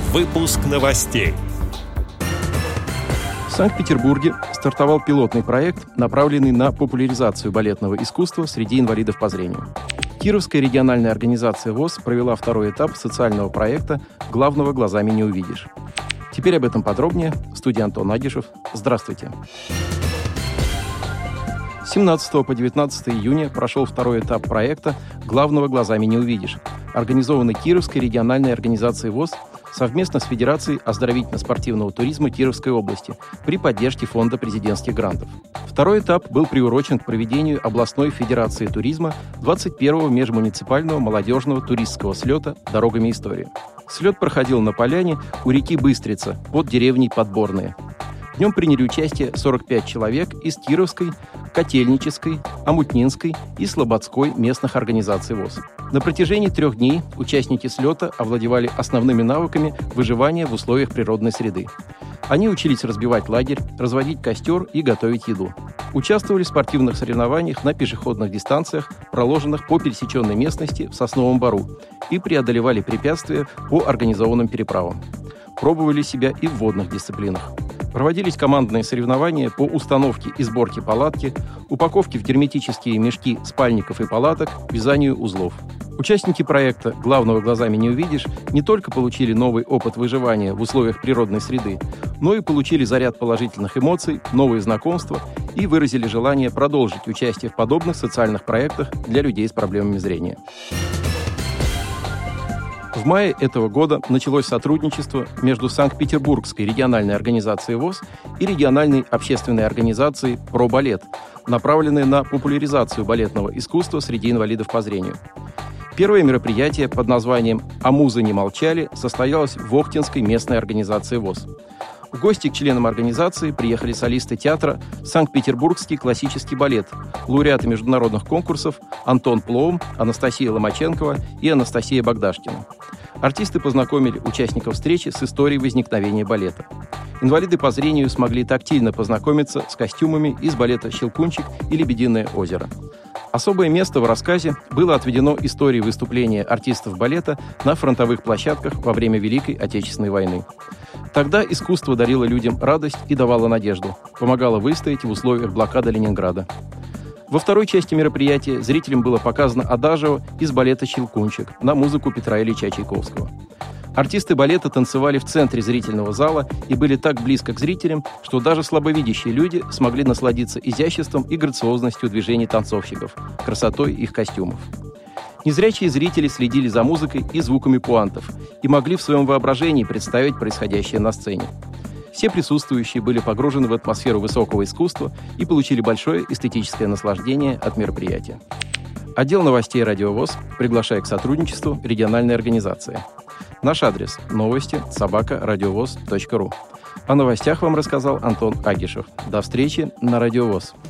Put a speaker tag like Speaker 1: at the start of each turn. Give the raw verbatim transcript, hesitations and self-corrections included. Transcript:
Speaker 1: Выпуск новостей.
Speaker 2: В Санкт-Петербурге стартовал пилотный проект, направленный на популяризацию балетного искусства среди инвалидов по зрению. Кировская региональная организация ВОС провела второй этап социального проекта «Главного глазами не увидишь». Теперь об этом подробнее. В студии Антон Агишев. Здравствуйте. С семнадцатого по девятнадцатое июня прошел второй этап проекта «Главного глазами не увидишь», организованный Кировской региональной организацией ВОС совместно с Федерацией оздоровительно-спортивного туризма Кировской области при поддержке Фонда президентских грантов. Второй этап был приурочен к проведению областной федерации туризма двадцать первого межмуниципального молодежного туристского слета «Дорогами истории». Слет проходил на поляне у реки Быстрица под деревней Подборные. В нем приняли участие сорок пять человек из Кировской, Котельнической, Омутнинской и Слободской местных организаций ВОС. На протяжении трех дней участники слета овладевали основными навыками выживания в условиях природной среды. Они учились разбивать лагерь, разводить костер и готовить еду. Участвовали в спортивных соревнованиях на пешеходных дистанциях, проложенных по пересеченной местности в Сосновом Бору, и преодолевали препятствия по организованным переправам. Пробовали себя и в водных дисциплинах. Проводились командные соревнования по установке и сборке палатки, упаковке в герметические мешки спальников и палаток, вязанию узлов. Участники проекта «Главного глазами не увидишь» не только получили новый опыт выживания в условиях природной среды, но и получили заряд положительных эмоций, новые знакомства и выразили желание продолжить участие в подобных социальных проектах для людей с проблемами зрения. В мае этого года началось сотрудничество между Санкт-Петербургской региональной организацией ВОС и региональной общественной организацией «Про-балет», направленной на популяризацию балетного искусства среди инвалидов по зрению. Первое мероприятие под названием «А музы не молчали» состоялось в Охтинской местной организации ВОС. В гости к членам организации приехали солисты театра «Санкт-Петербургский классический балет», лауреаты международных конкурсов Антон Плоум, Анастасия Ломаченкова и Анастасия Богдашкина. Артисты познакомили участников встречи с историей возникновения балета. Инвалиды по зрению смогли тактильно познакомиться с костюмами из балета «Щелкунчик» и «Лебединое озеро». Особое место в рассказе было отведено истории выступления артистов балета на фронтовых площадках во время Великой Отечественной войны. Тогда искусство дарило людям радость и давало надежду, помогало выстоять в условиях блокады Ленинграда. Во второй части мероприятия зрителям было показано адажио из балета «Щелкунчик» на музыку Петра Ильича Чайковского. Артисты балета танцевали в центре зрительного зала и были так близко к зрителям, что даже слабовидящие люди смогли насладиться изяществом и грациозностью движений танцовщиков, красотой их костюмов. Незрячие зрители следили за музыкой и звуками пуантов и могли в своем воображении представить происходящее на сцене. Все присутствующие были погружены в атмосферу высокого искусства и получили большое эстетическое наслаждение от мероприятия. Отдел новостей «Радио ВОС» приглашает к сотрудничеству региональной организации. Наш адрес – новости собака радиовоз точка ру. О новостях вам рассказал Антон Агишев. До встречи на Радио ВОС.